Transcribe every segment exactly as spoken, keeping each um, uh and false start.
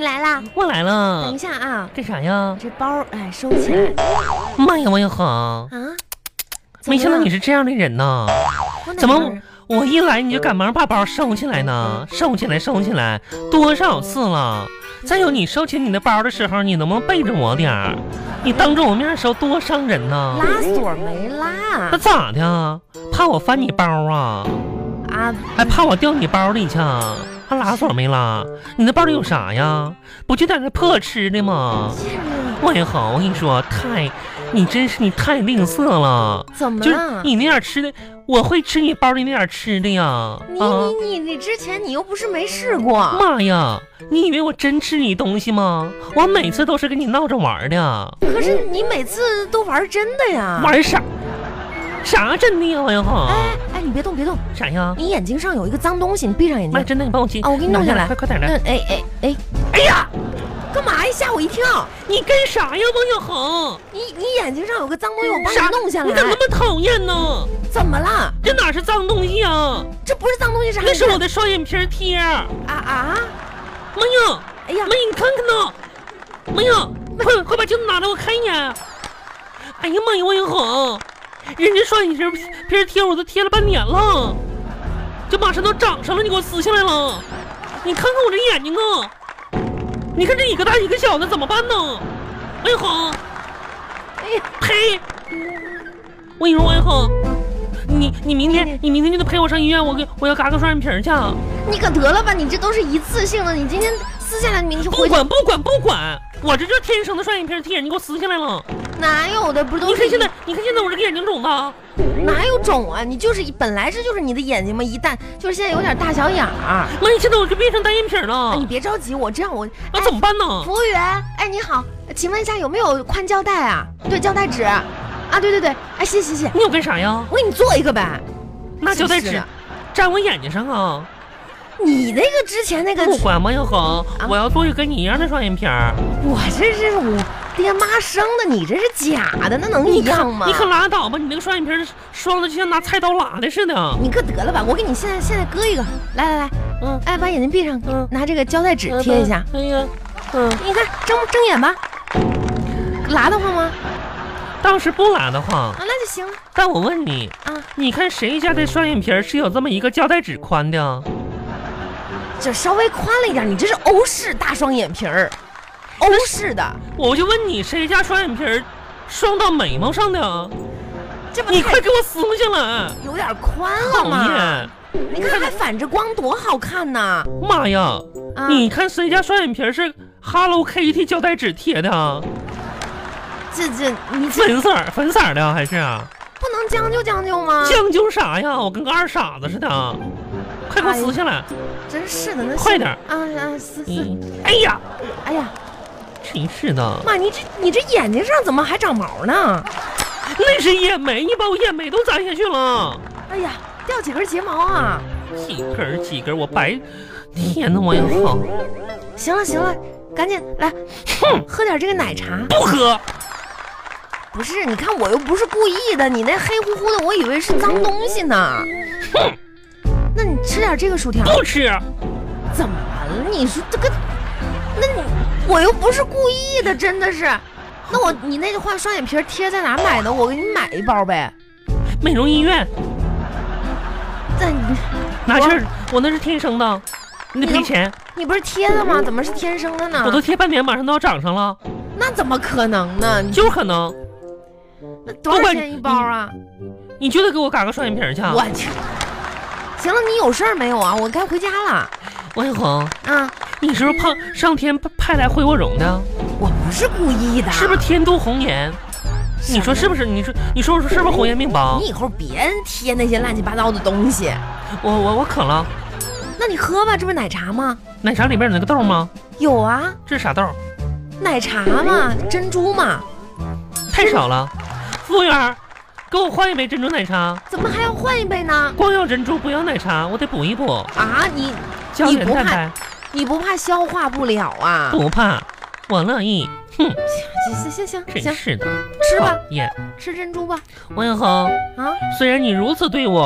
你来啦！ 我来了。 等一下啊， 干啥呀？ 这包哎收起来。 妈呀，王小恒啊！ 没想到你是这样的人呢。怎么我一来你就赶忙把包收起来呢？收起来，收起来，多少次了？再有你收起你的包的时候，你能不能背着我点儿？你当着我面收多伤人呢！ 拉锁没拉？ 那咋的？怕我翻你包啊？ 啊！ 还怕我掉你包里去？还拉锁没拉？你那包里有啥呀？不就点那破吃的吗？王小恒，我跟你说，太，你真是你太吝啬了。 怎么了？ 就是你那点吃的，我会吃你包里那点吃的呀。 你啊、你你你之前你又不是没试过。 妈呀，你以为我真吃你东西吗？我每次都是跟你闹着玩的。 可是你每次都玩真的呀。 玩啥？啥真的呀，王小恒？ 哎哎，你别动别动。 啥呀？ 你眼睛上有一个脏东西，你闭上眼睛。 妈，真的，你帮我接。 哦，我给你弄下来， 快快点的。 嗯，哎哎哎， 哎呀！ 干嘛呀？吓我一跳！ 你干啥呀，王小恒？ 你你眼睛上有个脏东西，我帮你弄下来。 你咋那么讨厌呢？ 怎么了？ 这哪是脏东西啊？ 这不是脏东西，啥？ 那是我的双眼皮贴。啊啊！ 妈呀！ 哎呀， 妈呀，你看看呐！妈呀，快快把镜子拿来，我看一眼。哎呀妈呀，王小恒，人家双眼皮皮贴我都贴了半年了，这马上都长上了，你给我撕下来了。你看看我这眼睛啊！你看这一个大一个小的，怎么办呢？王小恒， 哎呀， 呸！我跟你说，王小恒，你你明天你明天就得陪我上医院，我给我要嘎个双眼皮去。 你可得了吧，你这都是一次性的，你今天撕下来，明天回去。 不管不管不管，我这就是天生的双眼皮贴，你给我撕下来了。 哪有的，不是都是？ 你看现在，你看现在我这个眼睛肿的。 哪有肿啊？你就是本来这就是你的眼睛嘛，一旦就是现在有点大小眼儿。 妈，现在我就变成单眼皮了。 哎、你别着急，我这样我那、啊、怎么办呢？ 服务员，哎，你好，请问一下有没有宽胶带啊？对，胶带纸。啊，对对对，哎，谢谢谢谢。 你有干啥呀？ 我给你做一个呗。 那胶带纸粘我眼睛上啊？ 你那个之前那个不管王小恒，啊、我要做一个跟你一样的双眼皮。 我这是我爹妈生的，你这是假的，那能一样吗？ 你可拉倒吧，你那个双眼皮双的就像拿菜刀拉的似的。 你可得了吧，我给你现在现在割一个，来来来，嗯，哎，把眼睛闭上，嗯，拿这个胶带纸贴一下。 哎呀，嗯， 你看睁睁眼吧，拉得慌吗？ 倒是不拉得慌啊， 那就行了。 但我问你啊，你看谁家的双眼皮是有这么一个胶带纸宽的？ 这稍微宽了一点，你这是欧式大双眼皮儿，欧式的。 我就问你，谁家双眼皮儿双到眉毛上的？ 这不你快给我撕下来！ 有点宽了嘛？你看还反着光，多好看呐！ 妈呀，啊、你看谁家双眼皮是 Hello Kitty 胶带纸贴的？ 这这你粉色粉色的还是？ 不能将就将就吗？ 将就啥呀？我跟个二傻子似的。快给我撕下来！哎、 真是的，那快点啊啊！撕撕！ 哎呀， 哎呀， 真是的！ 妈，你这你这眼睛上怎么还长毛呢？ 那是眼眉，你把我眼眉都摘下去了！ 哎呀，掉几根睫毛啊！ 几根几根，我白！天哪，我也好。 行了行了，赶紧来， 哼， 喝点这个奶茶。 不喝。 不是，你看我又不是故意的，你那黑乎乎的，我以为是脏东西呢。 哼。 那你吃点这个薯条。 不吃。 怎么了？你说这个，那你我又不是故意的，真的是。那我你那个换双眼皮贴在哪买的？我给你买一包呗。 美容医院。 但哪是？我那是天生的，你得赔钱。 你不是贴的吗？怎么是天生的呢？ 我都贴半年，马上都要长上了。 那怎么可能呢？ 就可能。 那多少钱一包啊？ 你就得给我嘎个双眼皮去。 我去。行了，你有事儿没有啊？我该回家了。 王小恒啊， 你是不是胖上天派来毁我容的？ 我不是故意的。 是不是天妒红颜？你说是不是？你说你说说是不是红颜命薄？ 你以后别贴那些乱七八糟的东西。 我我我渴了。 那你喝吧，这不是奶茶吗？ 奶茶里边有那个豆吗？ 有啊。 这是啥豆？ 奶茶嘛，珍珠嘛。 太少了，服务员。给我换一杯珍珠奶茶。 怎么还要换一杯呢？ 光要珍珠不要奶茶，我得补一补啊！你胶原蛋白， 你不怕消化不了啊？ 不怕，我乐意。哼， 行行行行， 真是的， 吃吧， 耶， 吃珍珠吧。 王小恒啊， 虽然你如此对我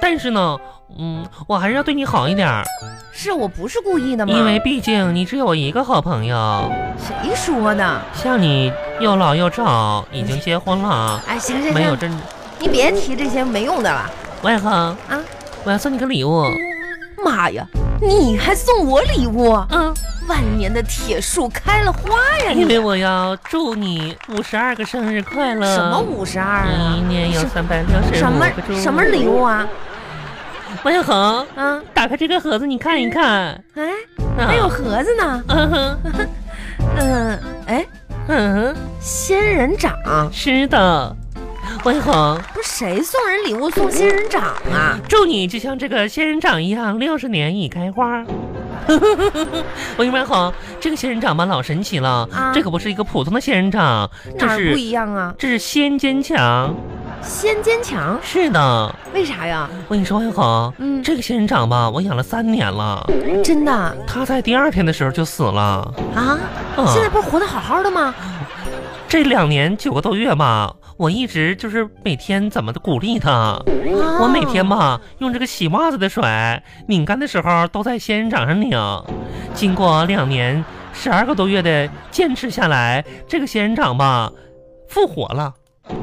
但是呢，嗯，我还是要对你好一点儿， 是我不是故意的吗？ 因为毕竟你只有一个好朋友。 谁说的？ 像你又老又丑，已经结婚了， 哎，行行行， 没有真。 你别提这些没用的了。 万恒啊， 我要送你个礼物。 妈呀，你还送我礼物？ 嗯， 万年的铁树开了花呀！ 因为我要祝你五十二个生日快乐。 什么五十二啊？ 一年有三百六十什么五个什么礼物啊？ 万恒， 啊， 打开这个盒子，你看一看。 哎，还有盒子呢。 嗯哼， 嗯，哎， 嗯， 仙人掌。 是的。万恒， 不是谁送人礼物送仙人掌啊？ 祝你就像这个仙人掌一样，六十年已开花。我跟你们好，这个仙人掌吧老神奇了，啊、这可不是一个普通的仙人掌，这是不一样啊， 这是仙坚强。 仙坚强？是的。 为啥呀？ 我跟你说，万恒， 嗯， 这个仙人掌吧，我养了三年了。 真的？ 它在第二天的时候就死了。 啊？嗯、现在不是活得好好的吗？ 这两年九个多月吧。我一直就是每天怎么的鼓励他，哦、我每天吧用这个洗袜子的水拧干的时候都在仙人掌上拧。经过两年十二个多月的坚持下来，这个仙人掌吧复活了。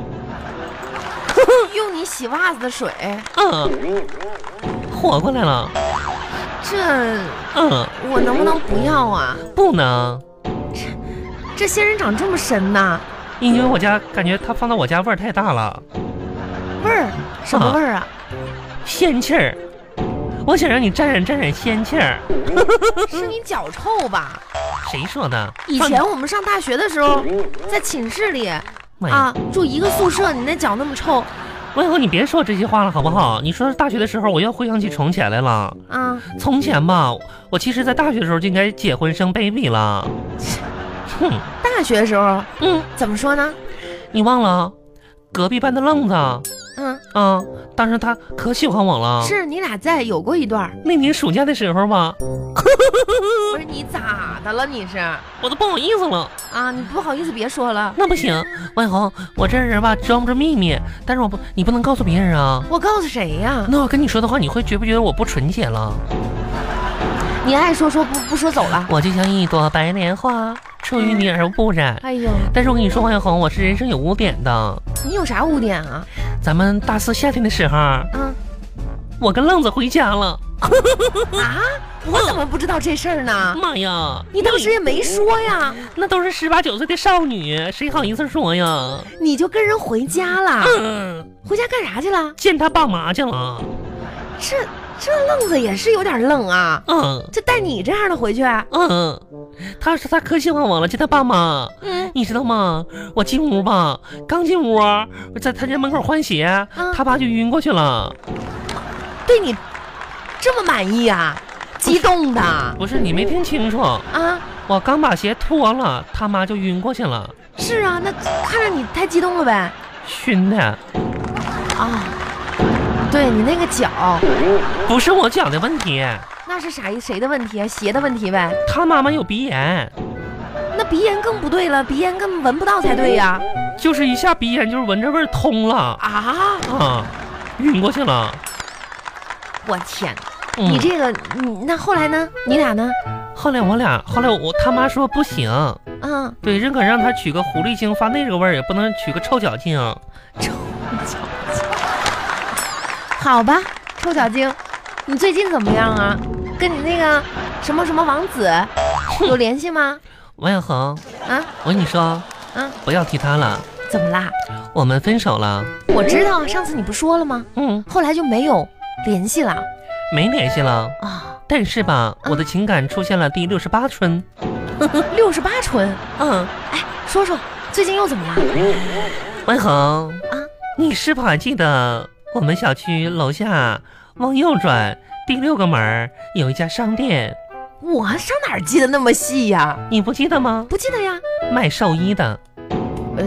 用你洗袜子的水， 嗯，活过来了。 这， 嗯， 我能不能不要啊？ 不能。 这这仙人掌这么神呐？ 因为我家感觉它放到我家味儿太大了。 味儿？什么味儿啊？ 仙气儿。我想让你沾染沾染仙气儿。 是你脚臭吧？ 谁说的？ 以前我们上大学的时候，在寝室里啊住一个宿舍，你那脚那么臭。 万恒，你别说这些话了好不好？你说大学的时候，我又回想起从前来了。 啊， 从前吧，我其实在大学的时候就应该结婚生 baby 了。 哼，大学的时候， 嗯， 怎么说呢？ 你忘了，隔壁班的愣子， 嗯啊，当时他可喜欢我了。 是你俩在有过一段？ 那年暑假的时候吧。 不是你咋的了？你是？ 我都不好意思了啊！你不好意思别说了。 那不行，万恒，我这人吧装不住秘密，但是我不，你不能告诉别人啊。 我告诉谁呀？ 那我跟你说的话，你会觉不觉得我不纯洁了？ 你爱说说不不说走了。 我就像一朵白莲花，出淤泥而不染。 哎呦！ 但是我跟你说，万恒，我是人生有污点的。 你有啥污点啊？ 咱们大四夏天的时候， 嗯， 我跟愣子回家了。 啊？我怎么不知道这事儿呢？ 妈呀！ 你当时也没说呀。 那都是十八九岁的少女，谁好意思说呀？ 你就跟人回家了？ 嗯， 回家干啥去了？ 见他爸妈去了。 这这愣子也是有点愣啊。 嗯， 就带你这样的回去。 嗯，他说他可喜欢我了，见他爸妈。 嗯， 你知道吗？我进屋吧，刚进屋，在他家门口换鞋， 嗯、 他爸就晕过去了。 对你这么满意啊？激动的？ 不是，你没听清楚啊？我刚把鞋脱了，他妈就晕过去了。 是啊，那看着你太激动了呗。 熏的。 啊，对你那个脚， 不是我脚的问题。 那是啥？谁的问题啊？鞋的问题呗。 他妈妈有鼻炎。 那鼻炎更不对了，鼻炎根本闻不到才对呀。 就是一下鼻炎，就是闻着味儿通了啊啊，晕过去了。 我天！你这个，你那后来呢？你俩呢？ 后来我俩，后来我他妈说不行， 嗯， 对，认可让他取个狐狸精发那个味儿，也不能取个臭脚精。 臭脚精，好吧，臭脚精，你最近怎么样啊？跟你那个什么什么王子有联系吗？ 王小恒啊， 我跟你说， 嗯， 不要提他了。 怎么啦？ 我们分手了。 我知道，上次你不说了吗？ 嗯， 后来就没有联系了。 没联系了啊， 但是吧，我的情感出现了第六十八春。 六十八春？ 嗯， 哎，说说最近又怎么了？ 文恒啊， 你是否还记得我们小区楼下往右转第六个门有一家商店？ 我上哪儿记得那么细呀？ 你不记得吗？ 不记得呀。 卖寿衣的。 呃，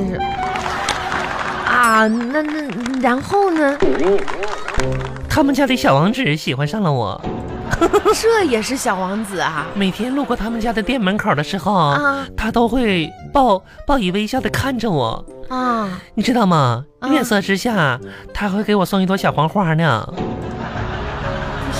啊，那那然后呢？ 他们家的小王子喜欢上了我。 这也是小王子啊！ 每天路过他们家的店门口的时候啊， 他都会报报以微笑的看着我啊， 你知道吗？ 啊、 月色之下，他会给我送一朵小黄花呢。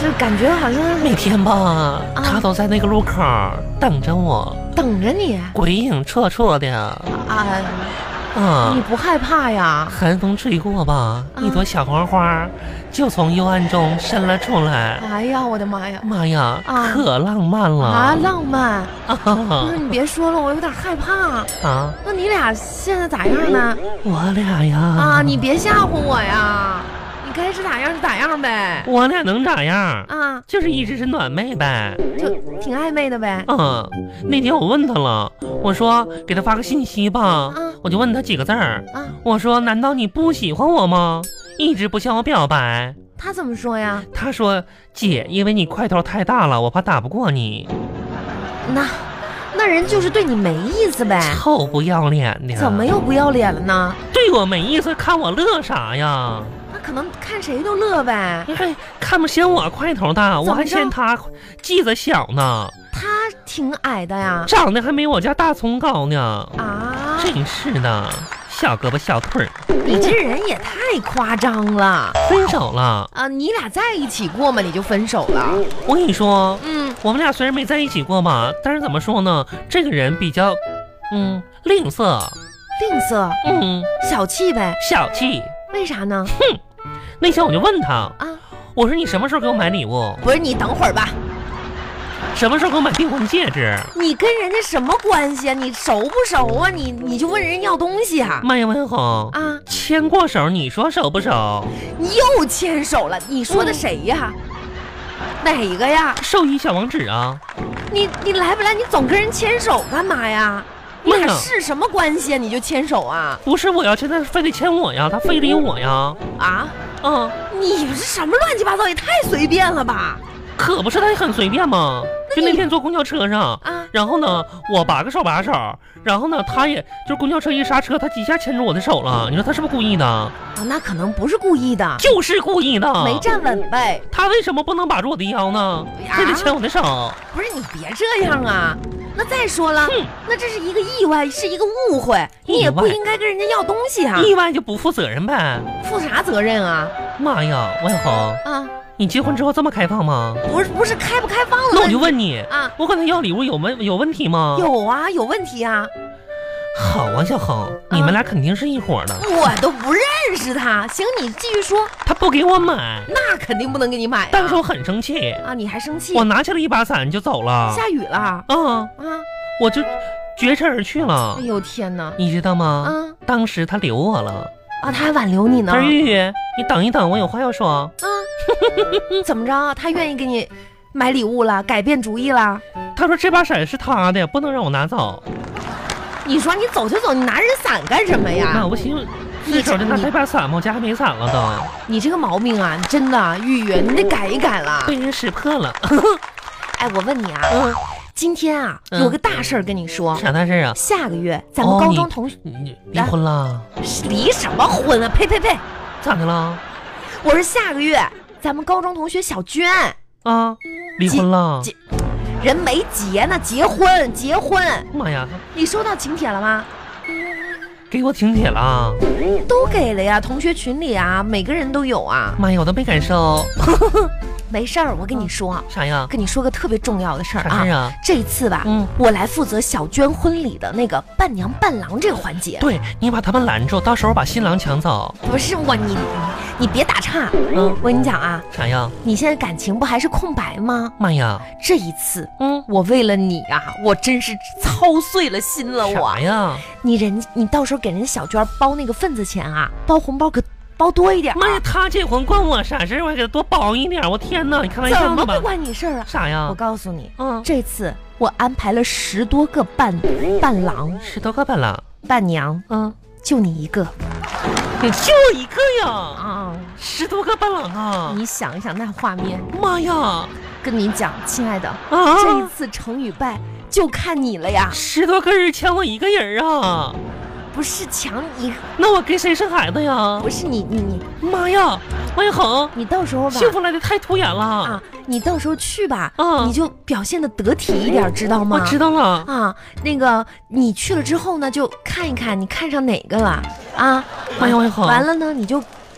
是感觉好像每天吧，他都在那个路口等着我， 等着你鬼影绰绰的啊。 啊！ 你不害怕呀？ 寒风吹过吧，一朵小黄花就从幽暗中伸了出来。 哎呀，我的妈呀！ 妈呀， 啊可浪漫了啊！浪漫啊！ 那你别说了，我有点害怕啊。 那你俩现在咋样呢？ 我俩呀啊！你别吓唬我呀！你该是咋样就咋样呗。 我俩能咋样啊？ 就是一直是暖妹呗， 就挺暧昧的呗。 嗯，那天我问他了，我说给他发个信息吧， 啊、 我就问他几个字儿， 啊、 我说难道你不喜欢我吗？一直不向我表白。 他怎么说呀？ 他说姐，因为你块头太大了，我怕打不过你。 那那人就是对你没意思呗。 臭不要脸的。 怎么又不要脸了呢？ 对我没意思，看我乐啥呀？ 那可能看谁都乐呗。 你还看不嫌我块头大，我还嫌他剂子小呢。 他挺矮的呀， 长得还没我家大葱高呢。 啊， 真是的，小胳膊小腿儿。 你这人也太夸张了。 分手了啊？你俩在一起过吗？你就分手了？ 我跟你说， 嗯， 我们俩虽然没在一起过吧，但是怎么说呢，这个人比较，嗯，吝啬。 吝啬？ 嗯， 小气呗。 小气。 为啥呢？ 哼，那天我就问他啊， 我说你什么时候给我买礼物？ 不是，你等会儿吧。 什么时候给我买订婚戒指？ 你跟人家什么关系啊？你熟不熟啊？你你就问人要东西啊？ 妈呀，文红啊， 牵过手，你说熟不熟？ 你又牵手了？你说的谁呀？嗯、哪一个呀？ 兽医小王子啊！ 你你来不来？你总跟人牵手干嘛呀？你俩是什么关系啊？你就牵手啊？ 不是我要牵，他非得牵我呀，他非礼我呀！ 啊， 嗯， 你这什么乱七八糟，也太随便了吧？ 可不是，他也很随便嘛。就那天坐公交车上啊， 然后呢，我把个手把手，然后呢，他也就是公交车一刹车，他几下牵住我的手了。你说他是不是故意的？啊， 那可能不是故意的， 就是故意的， 没站稳呗。 他为什么不能把住我的腰呢？非得牵我的手？ 不是，你别这样啊！那再说了，那这是一个意外，是一个误会，你也不应该跟人家要东西啊。 意外就不负责任呗？ 负啥责任啊？ 妈呀，王小红啊！你结婚之后这么开放吗？ 不是不是开不开放了？ 那我就问你啊， 我管他要礼物有问有问题吗？ 有啊，有问题啊。 好啊，小恒，你们俩肯定是一伙的。 我都不认识他。行，你继续说。 他不给我买， 那肯定不能给你买、啊。 但是我很生气啊！你还生气？ 我拿起了一把伞就走了。 下雨了。啊啊！我就绝尘而去了。 哎呦天哪！ 你知道吗？ 啊！ 当时他留我了。 啊，他还挽留你呢。 玉玉，你等一等，我有话要说。 啊，怎么着？他愿意给你买礼物了，改变主意了？ 他说这把伞是他的，不能让我拿走。 你说你走就走，你拿人伞干什么呀？ 那我寻思，顺手就拿这把伞嘛，我家还没伞了都。 你这个毛病啊，真的，玉玉，你得改一改了。 被人识破了。 哎，我问你啊。 嗯。 今天啊，有个大事儿跟你说。 啥大事啊？ 下个月咱们高中同学你离婚了？ 离什么婚啊？呸呸呸！ 咋的了？ 我说下个月咱们高中同学小娟啊，离婚了。 人没结呢，结婚结婚。 妈呀！ 你收到请帖了吗？ 给我请帖了。 都给了呀，同学群里啊，每个人都有啊。 妈呀，我都没感受。 没事儿，我跟你说。 啥呀？ 跟你说个特别重要的事儿啊。 啥事啊？ 这次吧，嗯，我来负责小娟婚礼的那个伴娘伴郎这个环节。 对，你把他们拦住，到时候把新郎抢走。 不是我，你你别打岔。嗯，我跟你讲啊。 啥呀？ 你现在感情不还是空白吗？ 妈呀！ 这一次，嗯，我为了你啊，我真是操碎了心了。我啥呀？ 你人，你到时候给人小娟包那个份子钱啊，包红包可包多一点。 妈呀，他结婚关我啥事？我还给他多包一点。我天哪，你开玩笑吧？ 怎么不关你事儿啊？ 啥呀？ 我告诉你， 嗯， 这次我安排了十多个伴伴郎， 十多个伴郎伴娘，嗯，就你一个， 你就我一个呀？啊，十多个伴郎啊！ 你想一想那画面， 妈呀！ 跟你讲，亲爱的， 啊， 这一次成与败就看你了呀！ 十多个人抢我一个人啊！ 不是抢你， 那我给谁生孩子呀？ 不是你，你你， 妈呀，王一恒， 你到时候吧， 幸福来的太突然了啊！你到时候去吧，啊，你就表现的得体一点，知道吗？ 我知道了啊。那个你去了之后呢，就看一看你看上哪个了啊？ 哎呀，王一恒， 完了呢，你就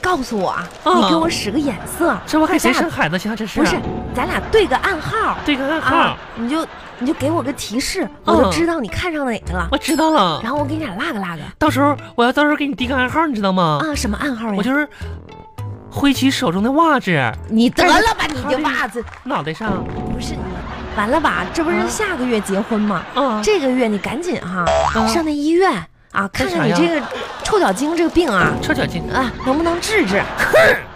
告诉我，啊、 哦、 你给我使个眼色， 这我给谁生孩子去啊？这是不是？咱俩对个暗号， 对个暗号， 啊、你就你就给我个提示，我就知道你看上哪个了。 我知道了， 然后我给你俩拉个拉个。 到时候我要到时候给你递个暗号，你知道吗？ 啊，什么暗号呀？ 我就是挥起手中的袜子。 你得了吧，你的袜子脑袋上不是你。完了吧？这不是下个月结婚吗？ 啊， 这个月你赶紧哈、啊、上那医院啊，看看你这个臭脚精这个病啊， 臭脚精啊能不能治治？ 哼。